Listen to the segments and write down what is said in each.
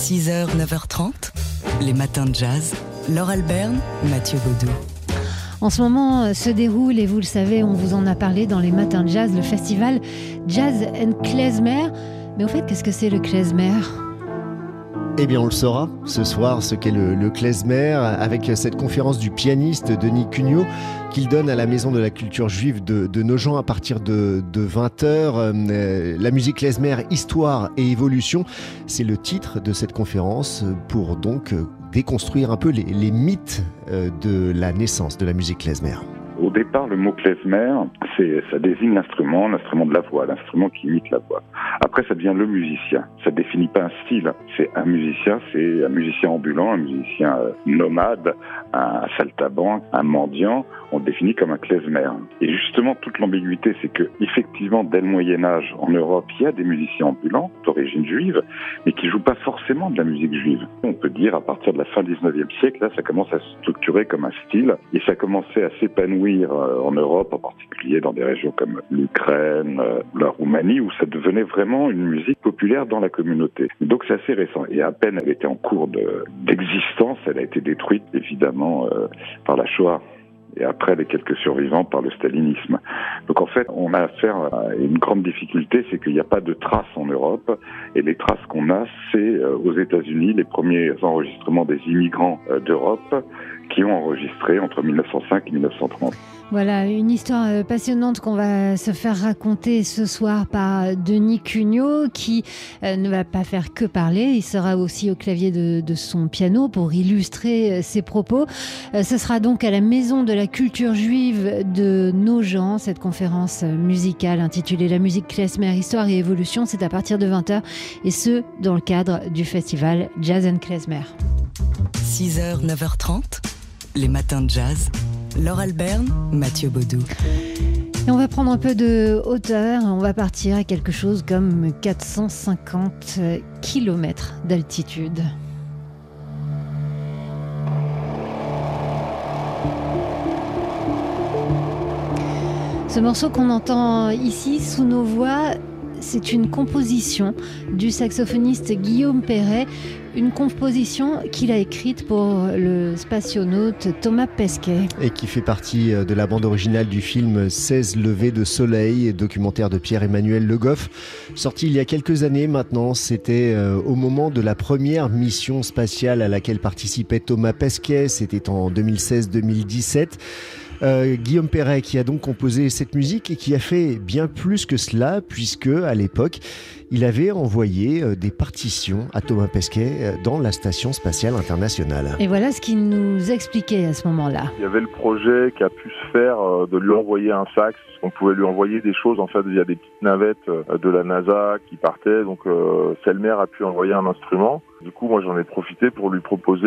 6h, 9h30, les matins de jazz. Laure Alberne, Mathieu Baudou. En ce moment se déroule, et vous le savez, on vous en a parlé dans les matins de jazz, le festival Jazz and Klezmer. Mais au fait, qu'est-ce que c'est le klezmer ? Eh bien, on le saura ce soir, ce qu'est le klezmer, avec cette conférence du pianiste Denis Cugnot qu'il donne à la Maison de la Culture Juive de Nogent à partir de 20h. La musique klezmer, histoire et évolution, c'est le titre de cette conférence pour donc déconstruire un peu les mythes de la naissance de la musique klezmer. Au départ, le mot klezmer, ça désigne l'instrument de la voix, l'instrument qui imite la voix. Après, ça devient le musicien. Ça ne définit pas un style. C'est un musicien ambulant, un musicien nomade, un saltaban, un mendiant. On le définit comme un klezmer. Et justement, toute l'ambiguïté, c'est que, effectivement, dès le Moyen-Âge, en Europe, il y a des musiciens ambulants d'origine juive, mais qui jouent pas forcément de la musique juive. On peut dire, à partir de la fin du 19e siècle, là, ça commence à se structurer comme un style, et ça commençait à s'épanouir en Europe, en particulier dans des régions comme l'Ukraine, la Roumanie, où ça devenait vraiment une musique populaire dans la communauté. Donc c'est assez récent. Et à peine elle était en cours d'existence, elle a été détruite évidemment par la Shoah. Et après, les quelques survivants par le stalinisme. Donc en fait, on a affaire à une grande difficulté, c'est qu'il n'y a pas de traces en Europe. Et les traces qu'on a, c'est aux États-Unis, les premiers enregistrements des immigrants d'Europe qui ont enregistré entre 1905 et 1930. Voilà, une histoire passionnante qu'on va se faire raconter ce soir par Denis Cugnot, qui ne va pas faire que parler. Il sera aussi au clavier de son piano pour illustrer ses propos. Ce sera donc à la Maison de la Culture Juive de Nogent, cette conférence musicale intitulée La musique klezmer, histoire et évolution. C'est à partir de 20h, et ce, dans le cadre du festival Jazz and Klezmer. 6h, 9h30, les matins de jazz. Laure Alberne, Mathieu Baudou. Et on va prendre un peu de hauteur, on va partir à quelque chose comme 450 km d'altitude. Ce morceau qu'on entend ici sous nos voix, c'est une composition du saxophoniste Guillaume Perret, une composition qu'il a écrite pour le spationaute Thomas Pesquet. Et qui fait partie de la bande originale du film 16 levées de soleil, documentaire de Pierre-Emmanuel Le Goff, sorti il y a quelques années maintenant. C'était au moment de la première mission spatiale à laquelle participait Thomas Pesquet, c'était en 2016-2017. Guillaume Perret qui a donc composé cette musique et qui a fait bien plus que cela, puisque à l'époque il avait envoyé des partitions à Thomas Pesquet dans la Station Spatiale Internationale. Et voilà ce qu'il nous expliquait à ce moment-là. Il y avait le projet qui a pu se faire de lui envoyer un fax. On pouvait lui envoyer des choses en fait via des petites navettes de la NASA qui partaient. Donc Selmer a pu envoyer un instrument. Du coup, moi j'en ai profité pour lui proposer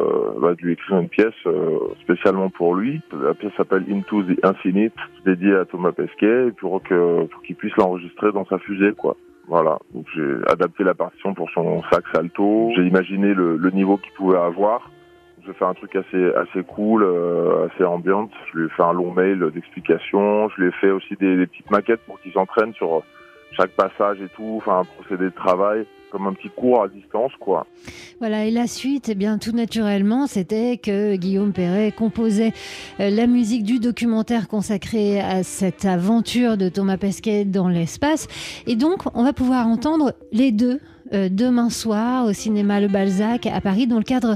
de lui écrire une pièce spécialement pour lui. La pièce s'appelle Into the Infinite, dédiée à Thomas Pesquet, pour qu'il puisse l'enregistrer dans sa fusée, quoi. Voilà, donc j'ai adapté la partition pour son sax alto. J'ai imaginé le niveau qu'il pouvait avoir. Je vais faire un truc assez cool, assez ambiante. Je lui ai fait un long mail d'explication. Je lui ai fait aussi des petites maquettes pour qu'il s'entraîne sur chaque passage et tout. Enfin, un procédé de travail, comme un petit cours à distance, quoi. Voilà, et la suite, eh bien, tout naturellement, c'était que Guillaume Perret composait la musique du documentaire consacré à cette aventure de Thomas Pesquet dans l'espace. Et donc, on va pouvoir entendre les deux demain soir au cinéma Le Balzac à Paris, dans le cadre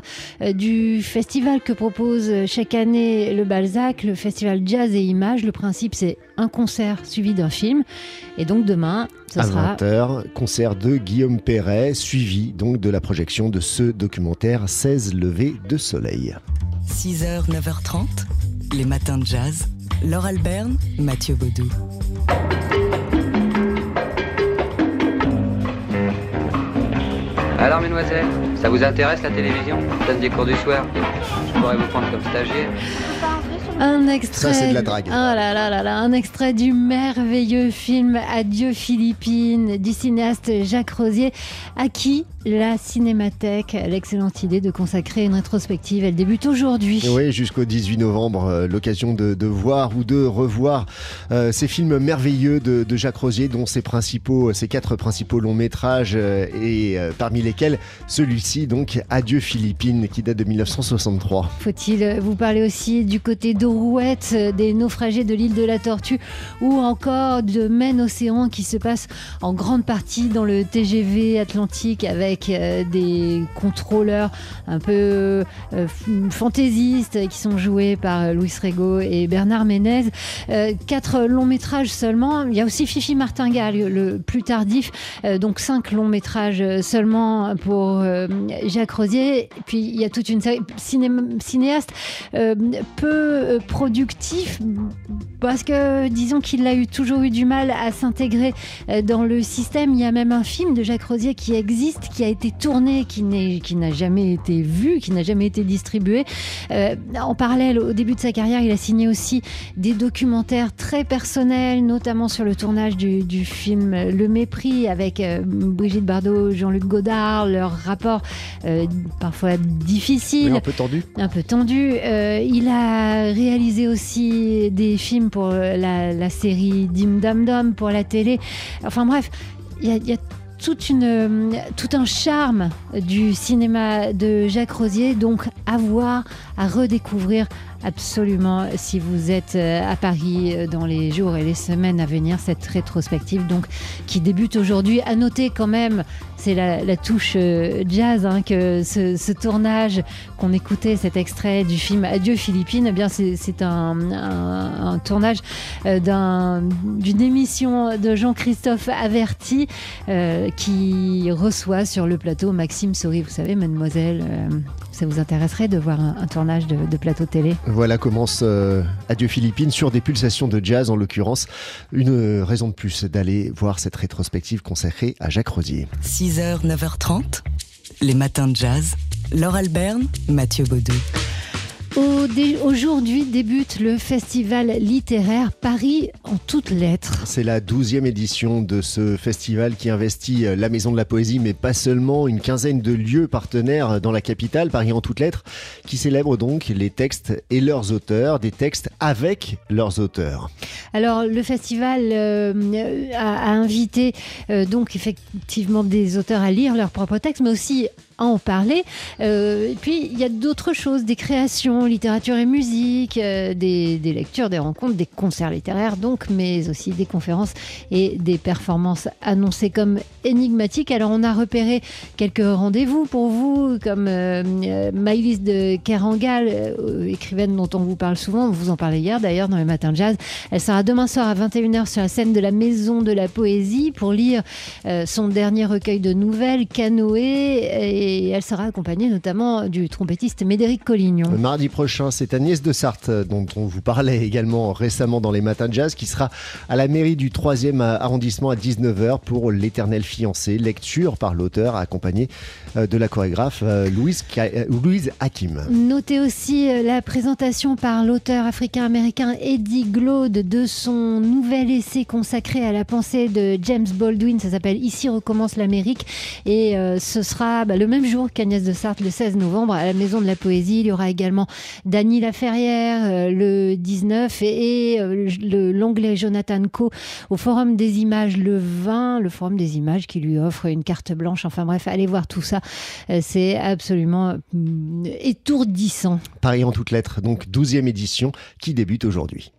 du festival que propose chaque année Le Balzac, le festival Jazz et Images. Le principe, c'est un concert suivi d'un film. Et donc demain, ça sera 20h, concert de Guillaume Perret, suivi donc de la projection de ce documentaire 16 levées de soleil. 6h, 9h30, les matins de jazz. Laure Alberne, Mathieu Baudou. Alors, mesdemoiselles, ça vous intéresse la télévision ? Je donne des cours du soir. Je pourrais vous prendre comme stagiaire. Un extrait, ça, c'est de la drague. Un extrait du merveilleux film Adieu Philippines du cinéaste Jacques Rosier, à qui la Cinémathèque, l'excellente idée de consacrer une rétrospective. Elle débute aujourd'hui. Oui, jusqu'au 18 novembre, l'occasion de voir ou de revoir ces films merveilleux de Jacques Rosier, dont ses 4 principaux longs métrages, et parmi lesquels celui-ci, donc Adieu Philippines, qui date de 1963. Faut-il vous parler aussi du côté d'Orouette, des naufragés de l'île de la Tortue, ou encore de Maine Océan, qui se passe en grande partie dans le TGV Atlantique, avec des contrôleurs un peu fantaisistes qui sont joués par Louis Rego et Bernard Ménez. 4 longs métrages seulement. Il y a aussi Fifi Martingal, le plus tardif, donc 5 longs métrages seulement pour Jacques Rosier. Puis il y a toute une série cinéaste peu productif, parce que disons qu'il a toujours eu du mal à s'intégrer dans le système. Il y a même un film de Jacques Rosier qui existe, qui a été tourné, qui n'a jamais été vu, qui n'a jamais été distribué. En parallèle, au début de sa carrière, il a signé aussi des documentaires très personnels, notamment sur le tournage du film Le Mépris, avec Brigitte Bardot, Jean-Luc Godard, leur rapport parfois difficile. Oui, un peu tendu. Il a réalisé aussi des films pour la série Dim Dam Dum pour la télé. Enfin bref, il y a tout un charme du cinéma de Jacques Rosier, donc à voir, à redécouvrir absolument si vous êtes à Paris dans les jours et les semaines à venir, cette rétrospective donc qui débute aujourd'hui. À noter quand même, c'est la touche jazz, que ce tournage qu'on écoutait, cet extrait du film Adieu Philippines, eh bien c'est un tournage d'une émission de Jean-Christophe Averti qui reçoit sur le plateau Maxime Saury. Vous savez, mademoiselle, ça vous intéresserait de voir un tournage de plateau télé? Voilà commence Adieu Philippines sur des pulsations de jazz, en l'occurrence. Une raison de plus d'aller voir cette rétrospective consacrée à Jacques Rosier. 6h, 9h30, les matins de jazz. Laure Alberne, Mathieu Baudou. Aujourd'hui débute le festival littéraire Paris en toutes lettres. C'est la 12e édition de ce festival qui investit la Maison de la Poésie, mais pas seulement, une quinzaine de lieux partenaires dans la capitale, Paris en toutes lettres, qui célèbrent donc les textes et leurs auteurs, des textes avec leurs auteurs. Alors le festival a invité donc effectivement des auteurs à lire leurs propres textes, mais aussi à en parler. Et puis il y a d'autres choses, des créations, littérature et musique, des lectures, des rencontres, des concerts littéraires donc, mais aussi des conférences et des performances annoncées comme énigmatiques. Alors on a repéré quelques rendez-vous pour vous, comme Maëlys de Kerangal, écrivaine dont on vous parle souvent, on vous en parlait hier d'ailleurs dans les matins de jazz. Elle sera demain soir à 21h sur la scène de la Maison de la Poésie pour lire son dernier recueil de nouvelles, Canoë, et elle sera accompagnée notamment du trompettiste Médéric Collignon. Mardi prochain, c'est Agnès de Sarthe, dont on vous parlait également récemment dans les matins de jazz, qui sera à la mairie du 3e arrondissement à 19h pour L'Éternel fiancé, lecture par l'auteur accompagné de la chorégraphe Louise Hakim. Notez aussi la présentation par l'auteur africain-américain Eddie Glaude de son nouvel essai consacré à la pensée de James Baldwin. Ça s'appelle Ici recommence l'Amérique, et ce sera le même jour qu'Agnès de Sarthe, le 16 novembre, à la Maison de la Poésie. Il y aura également Dany Laferrière le 19 et l'anglais Jonathan Coe au Forum des Images le 20, le Forum des Images qui lui offre une carte blanche. Enfin bref, allez voir tout ça, c'est absolument étourdissant. Paris en toutes lettres, donc 12e édition qui débute aujourd'hui.